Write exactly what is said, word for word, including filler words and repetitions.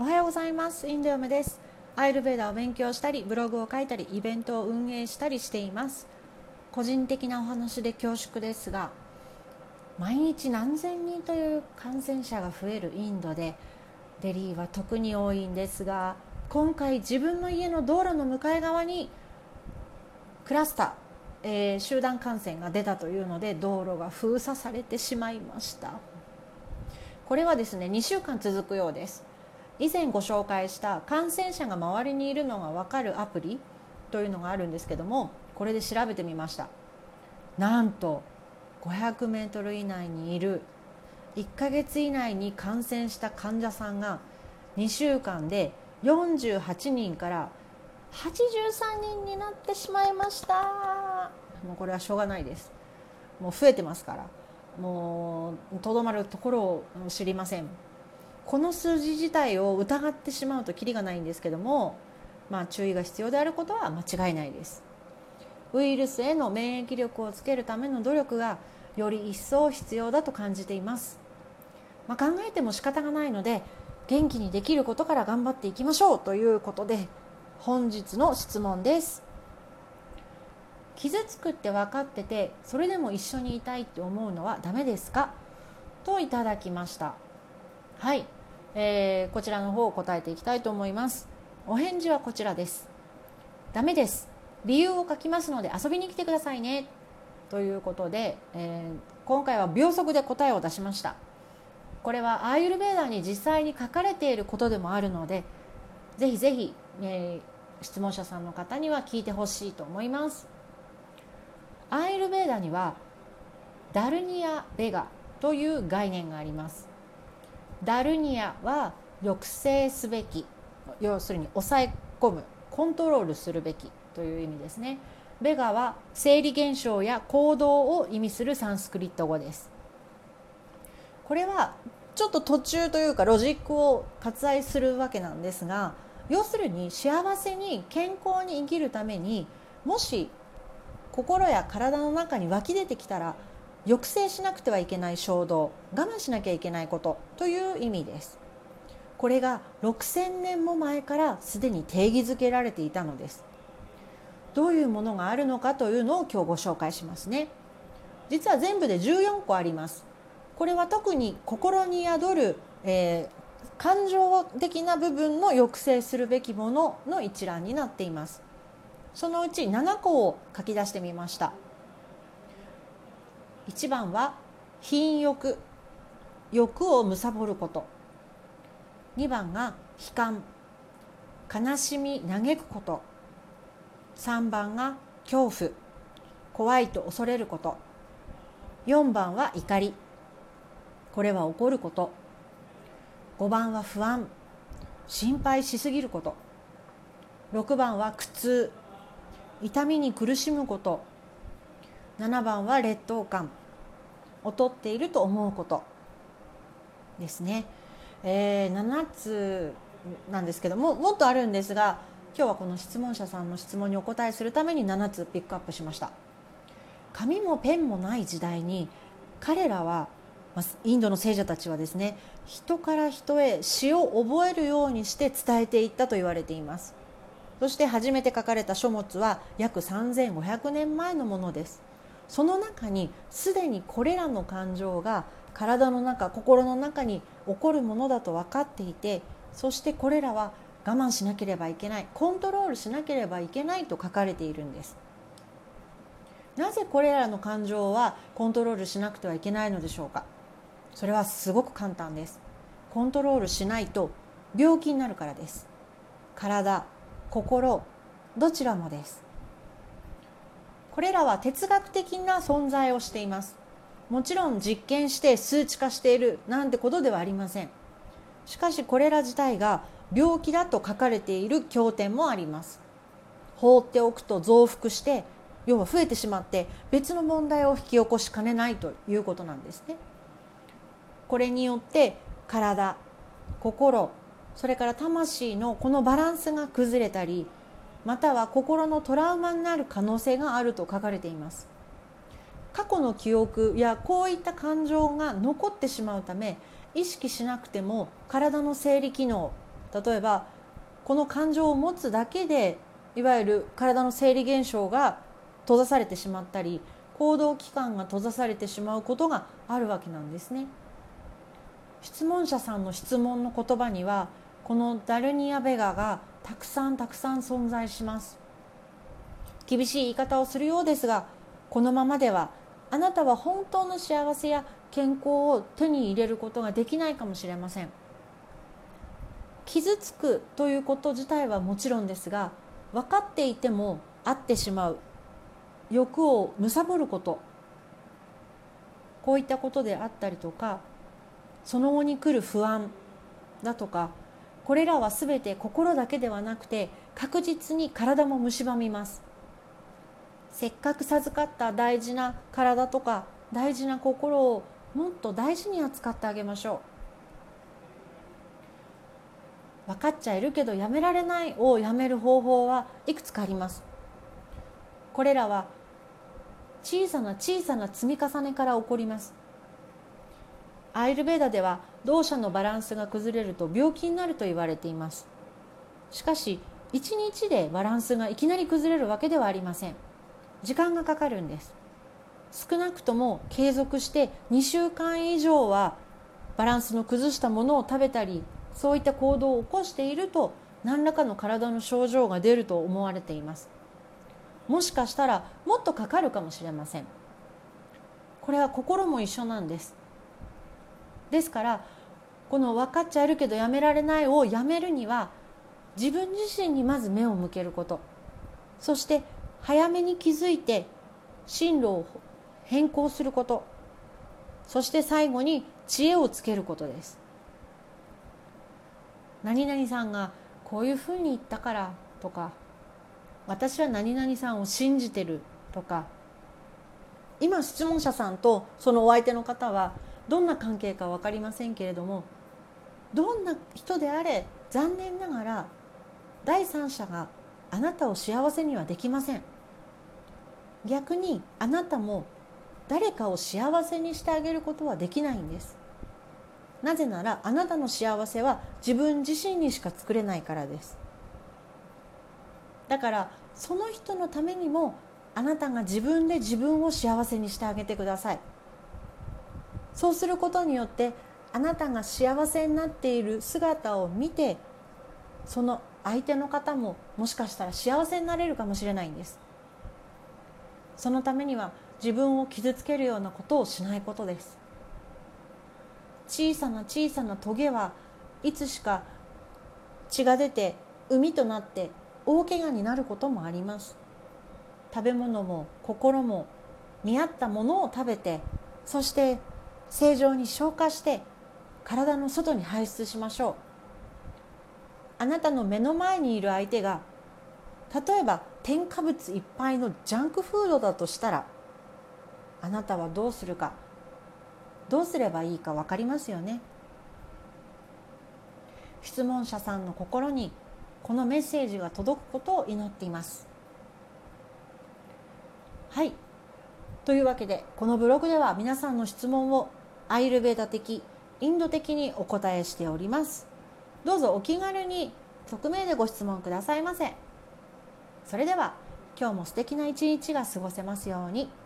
おはようございます。インド嫁です。アイルベーダを勉強したり、ブログを書いたり、イベントを運営したりしています。個人的なお話で恐縮ですが、毎日何千人という感染者が増えるインドで、デリーは特に多いんですが、今回自分の家の道路の向かい側にクラスター、えー、集団感染が出たというので、道路が封鎖されてしまいました。これはですね、にしゅうかん続くようです。以前ご紹介した感染者が周りにいるのが分かるアプリというのがあるんですけども、これで調べてみました。なんとごひゃくメートル以内にいるいっかげつ以内に感染した患者さんがにしゅうかんでよんじゅうはちにんからはちじゅうさんにんになってしまいました。もうこれはしょうがないです。もう増えてますから、もうとどまるところを知りません。この数字自体を疑ってしまうとキリがないんですけども、まあ、注意が必要であることは間違いないです。ウイルスへの免疫力をつけるための努力がより一層必要だと感じています。まあ、考えても仕方がないので、元気にできることから頑張っていきましょうということで、本日の質問です。傷つくって分かってて、それでも一緒にいたいって思うのはダメですか、といただきました。はい、えー、こちらの方を答えていきたいと思います。お返事はこちらです。ダメです。理由を書きますので遊びに来てくださいね、ということで、えー、今回は秒速で答えを出しました。これはアーユルヴェーダに実際に書かれていることでもあるので、ぜひぜひ、えー、質問者さんの方には聞いてほしいと思います。アーユルヴェーダにはダルニア・ベガという概念があります。ダルニアは抑制すべき、要するに抑え込む、コントロールするべきという意味ですね。ベガは生理現象や行動を意味するサンスクリット語です。これはちょっと途中というかロジックを割愛するわけなんですが、要するに幸せに健康に生きるために、もし心や体の中に湧き出てきたら抑制しなくてはいけない衝動、我慢しなきゃいけないことという意味です。これがろくせんねんも前からすでに定義づけられていたのです。どういうものがあるのかというのを今日ご紹介しますね。実は全部でじゅうよんこあります。これは特に心に宿る、えー、感情的な部分の抑制するべきものの一覧になっています。そのうちななこを書き出してみました。いちばんは品欲、欲を貪ること。にばんが悲観、悲しみ嘆くこと。さんばんが恐怖、怖いと恐れること。よんばんは怒り、これは怒ること。ごばんは不安、心配しすぎること。ろくばんは苦痛、痛みに苦しむこと。ななばんは劣等感、劣っていると思うことですね。えー、ななつなんですけども、もっとあるんですが、今日はこの質問者さんの質問にお答えするためにななつピックアップしました。紙もペンもない時代に、彼らはインドの聖者たちはですね、人から人へ詩を覚えるようにして伝えていったと言われています。そして初めて書かれた書物は約さんぜんごひゃくねんまえのものです。その中にすでにこれらの感情が体の中、心の中に起こるものだと分かっていて、そしてこれらは我慢しなければいけない、コントロールしなければいけないと書かれているんです。なぜこれらの感情はコントロールしなくてはいけないのでしょうか。それはすごく簡単です。コントロールしないと病気になるからです。体、心、どちらもです。これらは哲学的な存在をしています。もちろん実験して数値化しているなんてことではありません。しかしこれら自体が病気だと書かれている経典もあります。放っておくと増幅して、要は増えてしまって別の問題を引き起こしかねないということなんですね。これによって体、心、それから魂のこのバランスが崩れたり、または心のトラウマになる可能性があると書かれています。過去の記憶やこういった感情が残ってしまうため、意識しなくても体の生理機能、 例えばこの感情を持つだけでいわゆる体の生理現象が閉ざされてしまったり、行動器官が閉ざされてしまうことがあるわけなんですね。質問者さんの質問の言葉にはこのダルニアベガがたくさんたくさん存在します。厳しい言い方をするようですが、このままではあなたは本当の幸せや健康を手に入れることができないかもしれません。傷つくということ自体はもちろんですが、分かっていても会ってしまう、欲を貪ること、こういったことであったりとか、その後に来る不安だとか、これらはすべて心だけではなくて確実に体も蝕みます。せっかく授かった大事な体とか大事な心をもっと大事に扱ってあげましょう。分かっちゃいるけどやめられないをやめる方法はいくつかあります。これらは小さな小さな積み重ねから起こります。アイルベーダでは動作のバランスが崩れると病気になると言われています。しかし一日でバランスがいきなり崩れるわけではありません。時間がかかるんです。少なくとも継続してにしゅうかん以上はバランスの崩したものを食べたり、そういった行動を起こしていると何らかの体の症状が出ると思われています。もしかしたらもっとかかるかもしれません。これは心も一緒なんです。ですからこの分かっちゃいるけどやめられないをやめるには、自分自身にまず目を向けること、そして早めに気づいて進路を変更すること、そして最後に知恵をつけることです。何々さんがこういうふうに言ったからとか、私は何々さんを信じてるとか、今質問者さんとそのお相手の方はどんな関係か分かりませんけれども、どんな人であれ残念ながら第三者があなたを幸せにはできません。逆にあなたも誰かを幸せにしてあげることはできないんです。なぜならあなたの幸せは自分自身にしか作れないからです。だからその人のためにもあなたが自分で自分を幸せにしてあげてください。そうすることによってあなたが幸せになっている姿を見て、その相手の方ももしかしたら幸せになれるかもしれないんです。そのためには自分を傷つけるようなことをしないことです。小さな小さなトゲはいつしか血が出て膿となって大怪我になることもあります。食べ物も心も見合ったものを食べて、そして正常に消化して体の外に排出しましょう。あなたの目の前にいる相手が例えば添加物いっぱいのジャンクフードだとしたら、あなたはどうするか、どうすればいいか分かりますよね。質問者さんの心にこのメッセージが届くことを祈っています。はい、というわけでこのブログでは皆さんの質問をアイルベーダ的、インド的にお答えしております。どうぞお気軽に匿名でご質問くださいませ。それでは今日も素敵な一日が過ごせますように。